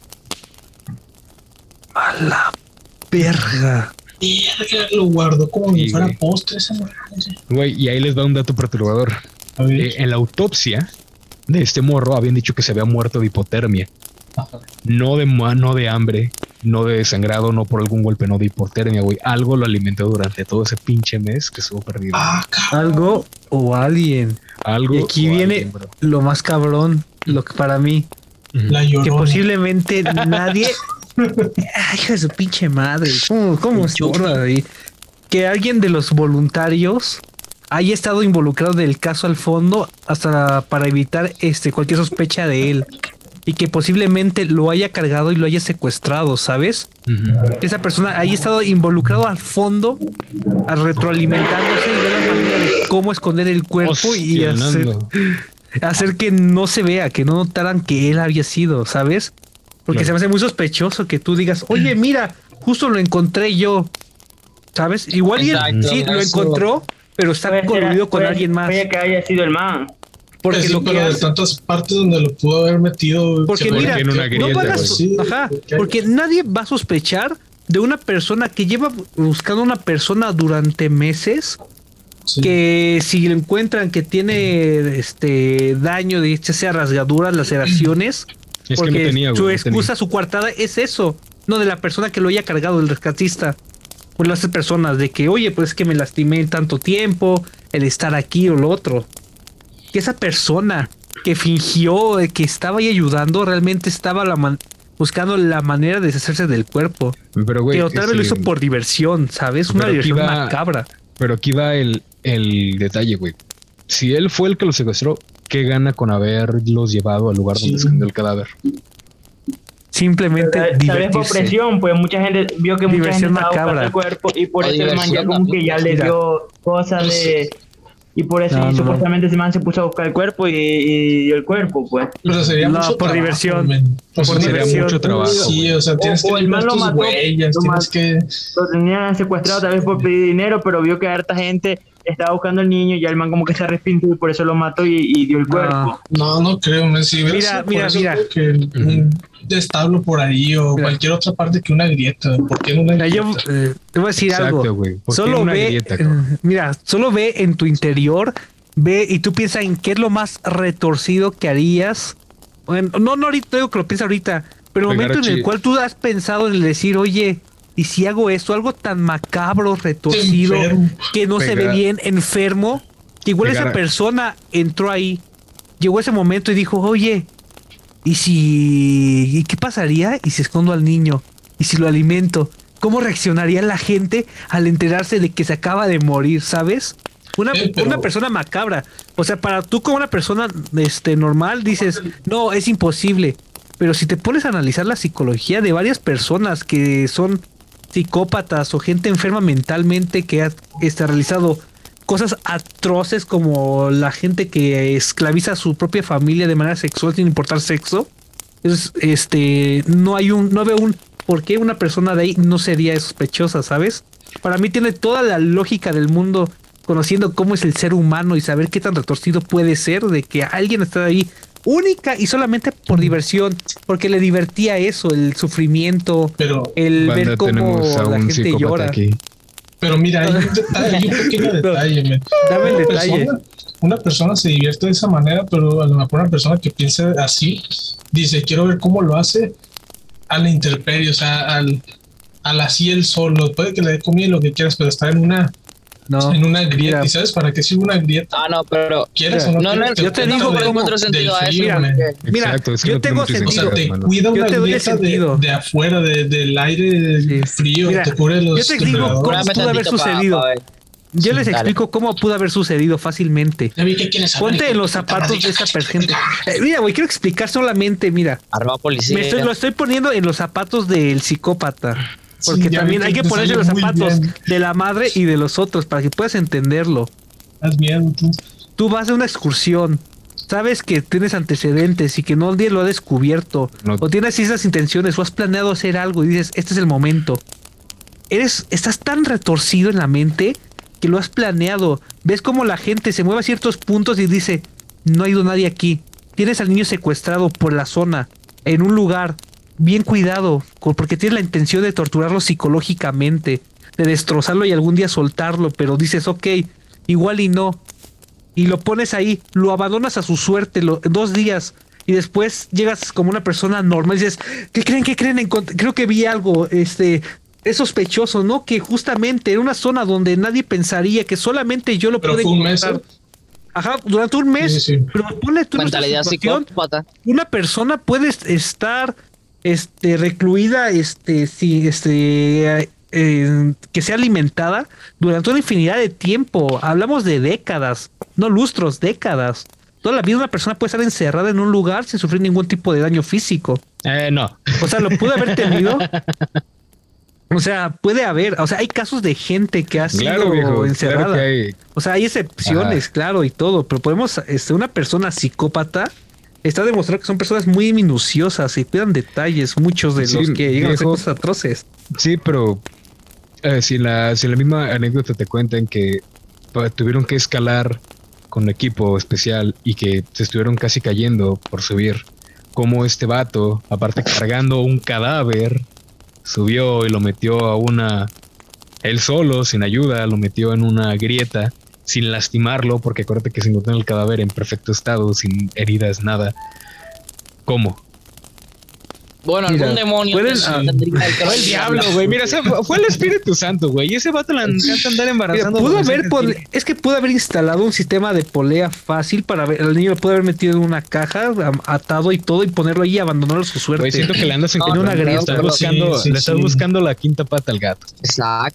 ¡A la verga! Verga, lo guardó como si Sí, fuera güey. postre esa madre. Güey, y ahí les va un dato perturbador. A ver. Eh, en la autopsia de este morro habían dicho que se había muerto de hipotermia. Ajá. No de, ma- no de hambre, no de sangrado, no por algún golpe, no de hipotermia, güey. Algo lo alimentó durante todo ese pinche mes que estuvo perdido. Ah, cabrón. Algo o alguien. Algo. Y aquí o viene alguien, bro. lo más cabrón, lo que para mí, Ujú. La llorona. que posiblemente nadie. Ay, hija de su pinche madre. ¿Cómo, cómo es ahí? Que alguien de los voluntarios haya estado involucrado del caso al fondo hasta para evitar este cualquier sospecha de él. Y que posiblemente lo haya cargado y lo haya secuestrado, ¿sabes? Ujú. Que esa persona haya estado involucrado al fondo, a retroalimentándose y ver la manera de cómo esconder el cuerpo y Hostia, hacer, Nando. hacer que no se vea, que no notaran que él había sido, ¿sabes? Porque Claro. se me hace muy sospechoso que tú digas, oye, mira, justo lo encontré yo, ¿sabes? Igual y él Exacto, sí lo eso. encontró, pero está Puede ser- coludido con puede- alguien más. Puede que haya sido el man. Porque Sí, lo que pero de hace, tantas partes donde lo pudo haber metido. Porque se ve mira, que- en una no grieta, van a güey. so- Sí, ajá, porque- porque nadie va a sospechar de una persona que lleva buscando a una persona durante meses, sí. que si le encuentran que tiene este daño de ya sea rasgaduras, laceraciones, Es que porque no tenía, güey. su no excusa, tenía. su coartada es eso, no de la persona que lo haya cargado, el rescatista. Por las personas de que, oye, pues es que me lastimé tanto tiempo, el estar aquí o lo otro. Que esa persona que fingió eh, que estaba ahí ayudando, realmente estaba la man- buscando la manera de deshacerse del cuerpo. Pero, güey, que otra vez lo sí, hizo por diversión, ¿sabes? Una Pero aquí diversión va- macabra. Pero aquí va el, el detalle, güey. Si él fue el que los secuestró, ¿qué gana con haberlos llevado al lugar donde Sí. escondió el cadáver? Simplemente Tal vez por divertirse. presión, pues mucha gente vio que mucha gente Diversión estaba buscando macabra. el cuerpo y por O eso el man ya diversión como que ya le Mira. dio cosas de... Y por eso No, no, supuestamente ese man se puso a buscar el cuerpo y, y dio el cuerpo, pues. Pero sería No, mucho por trabajo, diversión. men. O Por sea, sería diversión. mucho trabajo. Sí, o sea, tienes O- que o el man limpiar lo tus mató, huellas, lo tienes mató. que... Lo tenían secuestrado tal vez por pedir dinero, pero vio que harta gente estaba buscando al niño y el man como que se arrepintió y por eso lo mató y, y dio el cuerpo. No, no creo, men. Si hubiera Mira, sido por mira, eso, mira. creo que un establo por ahí o Mira. cualquier otra parte que una grieta. ¿Por qué no una Mira, yo grieta? eh, te voy a decir Exacto, algo. güey. ¿Por qué Solo una ve, grieta, eh, cabrón? mira, solo ve en tu interior, ve y tú piensas en qué es lo más retorcido que harías. Bueno, no, no ahorita digo que lo piensas ahorita, pero el Pegar momento en el chi- cual tú has pensado en el decir, oye, y si hago esto, algo tan macabro, retorcido, Enfermo. que no se ve Pegar- bien, enfermo, que igual Pegar esa a- persona entró ahí, llegó ese momento y dijo, oye, ¿y si... ¿y qué pasaría? ¿Y si escondo al niño? ¿Y si lo alimento? ¿Cómo reaccionaría la gente al enterarse de que se acaba de morir, sabes? Una, Sí, pero- una persona macabra. O sea, para tú como una persona este, normal dices, no, es imposible. Pero si te pones a analizar la psicología de varias personas que son psicópatas o gente enferma mentalmente que ha este, realizado cosas atroces como la gente que esclaviza a su propia familia de manera sexual sin importar sexo, es, este, no hay un, no veo un por qué una persona de ahí no sería sospechosa, ¿sabes? Para mí tiene toda la lógica del mundo conociendo cómo es el ser humano y saber qué tan retorcido puede ser de que alguien está ahí única y solamente por diversión, porque le divertía eso, el sufrimiento, Pero, el Banda, ver cómo tenemos a la un gente psicópata llora. aquí. pero mira, hay un detalle, hay un pequeño detalle, men. Dame el Una detalle. persona- Una persona se divierte de esa manera, pero a lo mejor una persona que piensa así, dice, quiero ver cómo lo hace a la intemperie, o sea, al, al así él solo. Puede que le dé comida y lo que quieras, pero está en una, No, en una grieta. mira. ¿Y sabes para qué sirve una grieta? Ah, no, pero ¿Quieres mira, o no? no, no, quieres? yo te cuida digo de- que no encuentro del sentido a eso. frío, mira, men. Mira, Exacto, es que yo no tengo mucho O sea, sentido. te hermano. cuida Yo una te doy el grieta de, sentido. de afuera, de, del aire Sí. frío, Mira, te cubre los yo te digo depredadores. cómo Espérame pudo haber tantito pa- sucedido. pa ver. Yo Sí, les dale. explico cómo pudo haber sucedido fácilmente. Ya vi que quieres saber, Ponte hijo en de los puta zapatos madre. de esa persona. Eh, mira, güey, quiero explicar solamente, mira. Arroba policía. Me estoy, lo estoy poniendo en los zapatos del psicópata. Porque Sí, ya también vi hay que te ponerse salió los muy zapatos bien. de la madre y de los otros para que puedas entenderlo. Haz bien, tú. Tú vas a una excursión, sabes que tienes antecedentes y que nadie lo ha descubierto, No. o tienes esas intenciones, o has planeado hacer algo y dices, este es el momento. Eres, estás tan retorcido en la mente que lo has planeado. Ves cómo la gente se mueve a ciertos puntos y dice, no ha ido nadie aquí. Tienes al niño secuestrado por la zona, en un lugar bien cuidado, co- porque tienes la intención de torturarlo psicológicamente, de destrozarlo y algún día soltarlo, pero dices, ok, igual y no. Y lo pones ahí, lo abandonas a su suerte lo- dos días y después llegas como una persona normal y dices, ¿qué creen? ¿Qué creen? Encont- Creo que vi algo, este, es sospechoso, ¿no? Que justamente en una zona donde nadie pensaría que solamente yo lo Pero puedo fue un mes, encontrar. Ajá, durante un mes. Sí, sí. Pero ponle tú en nuestra Mentalidad situación, psicópata. una persona puede est- estar este recluida este sí este eh, que sea alimentada durante una infinidad de tiempo. Hablamos de décadas, no lustros, décadas. Toda la vida una persona puede estar encerrada en un lugar sin sufrir ningún tipo de daño físico. Eh, no. O sea, lo pudo haber tenido. O sea, puede haber, o sea, hay casos de gente que ha sido Claro, viejo. encerrada. Claro que hay. O sea, hay excepciones, Ajá. claro, y todo, pero podemos, este, una persona psicópata está demostrado que son personas muy minuciosas y cuidan detalles, muchos de Sí, los que llegan a hacer viejo. cosas atroces. Sí, pero eh, si, la, si la misma anécdota te cuentan que pa- tuvieron que escalar con equipo especial y que se estuvieron casi cayendo por subir, como este vato, aparte cargando un cadáver, subió y lo metió a una... Él solo, sin ayuda, lo metió en una grieta, sin lastimarlo, porque acuérdate que se encontró en el cadáver en perfecto estado, sin heridas, nada. ¿Cómo? Bueno, Mira, algún demonio. pueden- que ah, tendría el Fue el diablo, güey. Mira, ese fue fue el Espíritu Santo, güey. Y ese vato le encanta andar Mira, embarazando. pudo haber, adolescentes, pol- güey. es que pudo haber instalado un sistema de polea fácil para ver, el niño lo pudo haber metido en una caja, am- atado y todo, y ponerlo ahí y abandonarlo a su suerte. Güey, siento que le andas No, encontrando no creo, le estás pero buscando, sí, sí, le estás sí. buscando la quinta pata al gato. Exacto.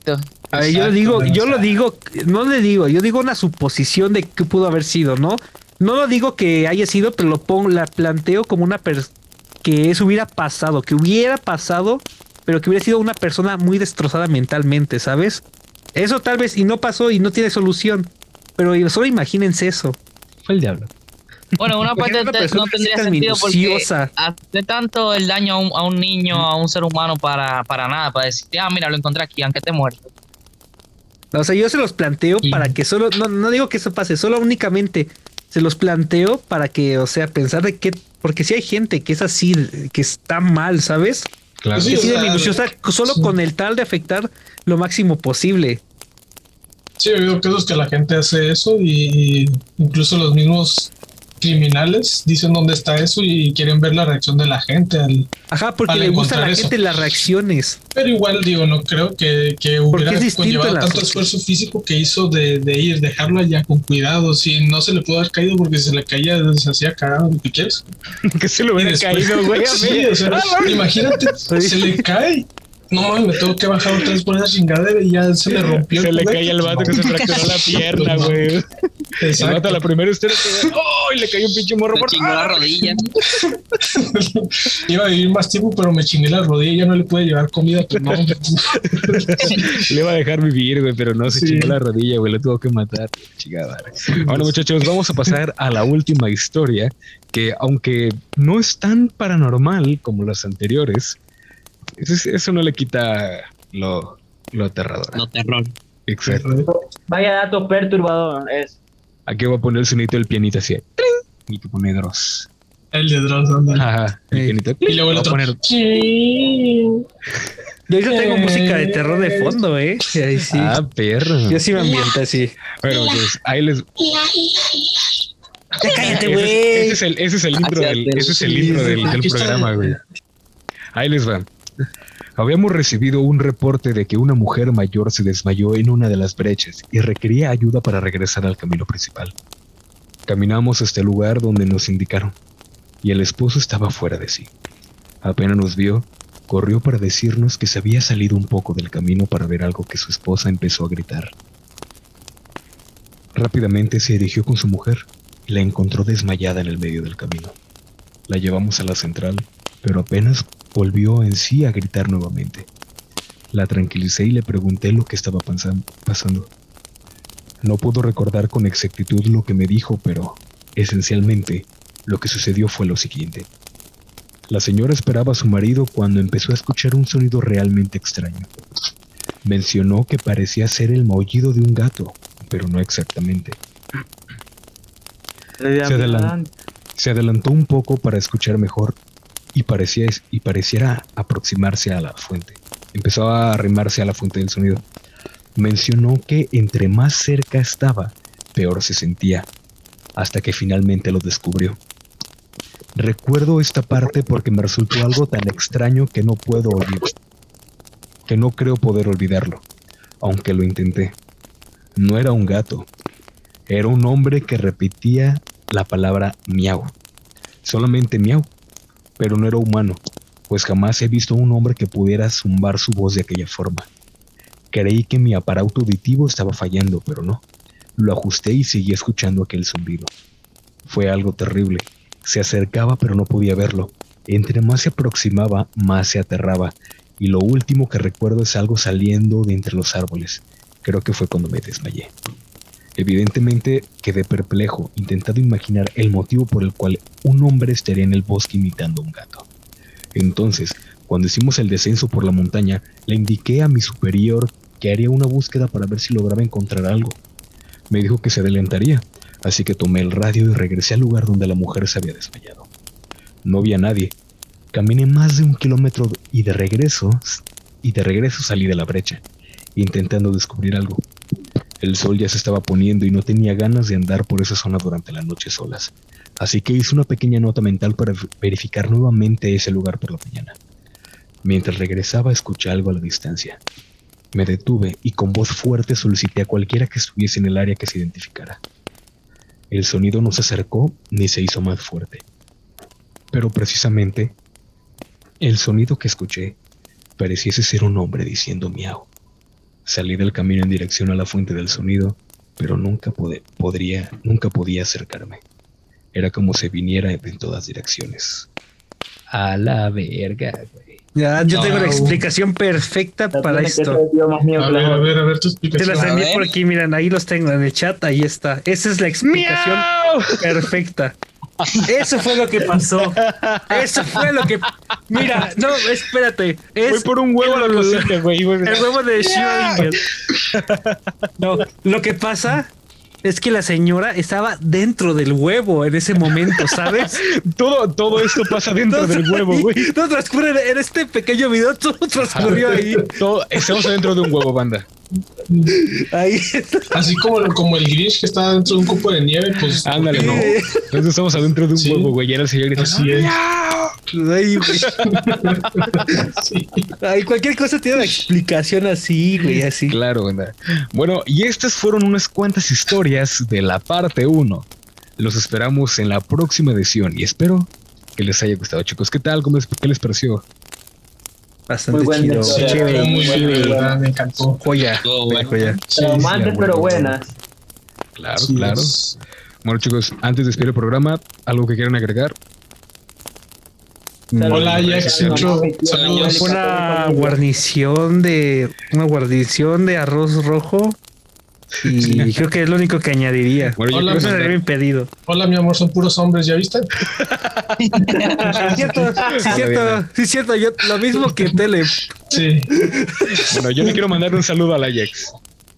A ver, yo Exacto, digo, o yo sea, lo digo, no le digo, yo digo una suposición de qué pudo haber sido, ¿no? No lo digo que haya sido, pero lo pongo, la planteo como una persona que eso hubiera pasado, que hubiera pasado, pero que hubiera sido una persona muy destrozada mentalmente, ¿sabes? Eso tal vez y no pasó y no tiene solución, pero solo imagínense eso. Fue el diablo. Bueno, una parte Una te- persona no tendría así tan sentido porque minuciosa. hace tanto el daño a un, a un niño, a un ser humano para, para nada, para decir, ah, mira, lo encontré aquí, aunque esté muerto. O sea, yo se los planteo Y- para que solo, no, no digo que eso pase, solo únicamente se los planteo para que, o sea, pensar de qué, porque si hay gente que es así, que está mal, ¿sabes? Claro. Sí, Que o sí de sea, minuciosa, solo sí. con el tal de afectar lo máximo posible. Sí, he habido casos que la gente hace eso y, y incluso los mismos criminales dicen dónde está eso y quieren ver la reacción de la gente. Al, Ajá, porque Al le gusta a la encontrar eso. gente las reacciones. pero igual digo, no creo que, que Porque hubiera es distinto conllevado en la tanto sociedad. esfuerzo físico que hizo de, de ir, dejarlo allá con cuidado. Si no se le pudo haber caído porque si se le caía, se hacía cagado, lo que quieres. Que se lo Y hubiera después- caído, güey. a Sí, mí. o sea, imagínate, se le cae. No mames, me tengo que bajar otra vez por esa chingadera y ya se le rompió. Se le juguete. cae al vato que se fracturó la pierna, güey. El Exacto. vato a la primera historia que ¡oh! Y le cayó un pinche morro Me por chingó la rodilla. Iba a vivir más tiempo, pero me chingué la rodilla y ya no le pude llevar comida. Pues no. Le iba a dejar vivir, güey, pero no se Sí. chingó la rodilla, güey, lo tuvo que matar. Chingada madre. Bueno, muchachos, vamos a pasar a la última historia, que aunque no es tan paranormal como las anteriores, eso, eso no le quita lo, lo aterrador. No, terror. Exacto. Vaya dato perturbador. Es. Aquí voy a poner el sonito del pianito así. ¡Tring! Y que pone Dross. El de Dross, ándale. Ajá, el Sí. pianito. Y luego el Voy a otro. poner- Yo ahorita tengo música de terror de fondo, ¿eh? Y ahí sí. Ah, perro. Yo sí me ambiento así. Bueno, pues ahí les. Ya cállate, Ese, güey. ese es el, ese es el intro del, ese es el intro del, del Aquí está. programa, güey. Ahí les va. Habíamos recibido un reporte de que una mujer mayor se desmayó en una de las brechas y requería ayuda para regresar al camino principal. Caminamos hasta el lugar donde nos indicaron, y el esposo estaba fuera de sí. Apenas nos vio, corrió para decirnos que se había salido un poco del camino para ver algo que su esposa empezó a gritar. Rápidamente se dirigió con su mujer y la encontró desmayada en el medio del camino. La llevamos a la central, pero apenas volvió en sí a gritar nuevamente. La tranquilicé y le pregunté lo que estaba pansan- pasando. No puedo recordar con exactitud lo que me dijo, pero esencialmente lo que sucedió fue lo siguiente. La señora esperaba a su marido cuando empezó a escuchar un sonido realmente extraño. Mencionó que parecía ser el maullido de un gato, pero no exactamente. Se adelan- Se adelantó un poco para escuchar mejor y, parecía, y pareciera aproximarse a la fuente. Empezó a arrimarse a la fuente del sonido. Mencionó que entre más cerca estaba, peor se sentía, hasta que finalmente lo descubrió. Recuerdo esta parte porque me resultó algo tan extraño que no puedo olvidar, que no creo poder olvidarlo, aunque lo intenté. No era un gato, era un hombre que repetía la palabra miau. Solamente miau, pero no era humano, pues jamás he visto a un hombre que pudiera zumbar su voz de aquella forma. Creí que mi aparato auditivo estaba fallando, pero no. Lo ajusté y seguí escuchando aquel zumbido. Fue algo terrible. Se acercaba, pero no podía verlo. Entre más se aproximaba, más se aterraba. Y lo último que recuerdo es algo saliendo de entre los árboles. Creo que fue cuando me desmayé. Evidentemente quedé perplejo, intentando imaginar el motivo por el cual un hombre estaría en el bosque imitando a un gato. Entonces, cuando hicimos el descenso por la montaña, le indiqué a mi superior que haría una búsqueda para ver si lograba encontrar algo. Me dijo que se adelantaría, así que tomé el radio y regresé al lugar donde la mujer se había desmayado. No vi a nadie. Caminé más de un kilómetro y de regreso, y de regreso salí de la brecha, intentando descubrir algo. El sol ya se estaba poniendo y no tenía ganas de andar por esa zona durante la noche solas, así que hice una pequeña nota mental para verificar nuevamente ese lugar por la mañana. Mientras regresaba escuché algo a la distancia. Me detuve y con voz fuerte solicité a cualquiera que estuviese en el área que se identificara. El sonido no se acercó ni se hizo más fuerte, pero precisamente el sonido que escuché pareciese ser un hombre diciendo miau. Salí del camino en dirección a la fuente del sonido, pero nunca pude, podría, nunca podía acercarme. Era como si viniera en todas direcciones. A la verga, güey. Ya, yo No. tengo la explicación perfecta para Tiene que esto. ser Dios más mío A que la ver, a otra. ver, a ver tu Te explicación. las A envié ver. por aquí, miren, ahí los tengo en el chat, ahí está. Esa es la explicación perfecta. Eso fue lo que pasó. Eso fue lo que. Mira, no, espérate. Es Voy por un huevo a la cocina, güey. güey. el huevo de Schrödinger. No, lo que pasa es que la señora estaba dentro del huevo en ese momento, ¿sabes? Todo, todo esto pasa dentro Todo del huevo, ahí- güey. Todo transcurre en- en este pequeño video, todo transcurrió ahí. Todo, estamos adentro de un huevo, banda. Ahí. Así como, como el Grinch que estaba dentro de un copo de nieve, pues. Ándale, ¿por no. qué Entonces estamos adentro de un Sí. huevo, güey. Y era el señor gritando. Así es. Ahí, güey. Sí. Ay, cualquier cosa tiene una explicación así, güey, así. Claro, banda. Bueno, y estas fueron unas cuantas historias de la parte uno. Los esperamos en la próxima edición y espero que les haya gustado, chicos. ¿Qué tal? ¿Cómo les, ¿Qué les pareció? Bastante Muy buena chido. Sí, historia. Chévere, estuvo muy bien, chévere. la verdad, me encantó. Joya, Estuvo bueno. joya. Traumantes, sí, pero bueno. buenas. Claro, Así claro. es. Bueno, chicos, antes de despedir el programa, ¿algo que quieran agregar? Hola, Ajax. Intro. Saludos. Una guarnición de. Una guarnición de arroz rojo. Y creo que es lo único que añadiría. Bueno, yo Hola, quiero Eso mandar- sería mi pedido. Hola, mi amor, son puros hombres, ¿ya viste? Sí, cierto, sí, cierto, sí, cierto. Yo, lo mismo que Tele. Sí. Bueno, yo le quiero mandar un saludo a la Ajax.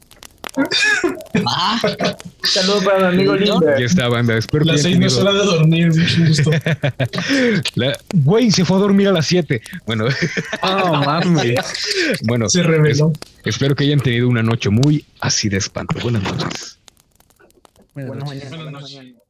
Ah, Saludos para mi amigo Limber. Ya está, banda. Espero que Las hayan seis no es tenido- hora de dormir, mucho gusto. La- Güey, se fue a dormir a las siete. Bueno, Oh, mames. bueno, Se reveló. es- espero que hayan tenido una noche muy así de espanto. Buenas noches. Buenas noches. Buenas noches.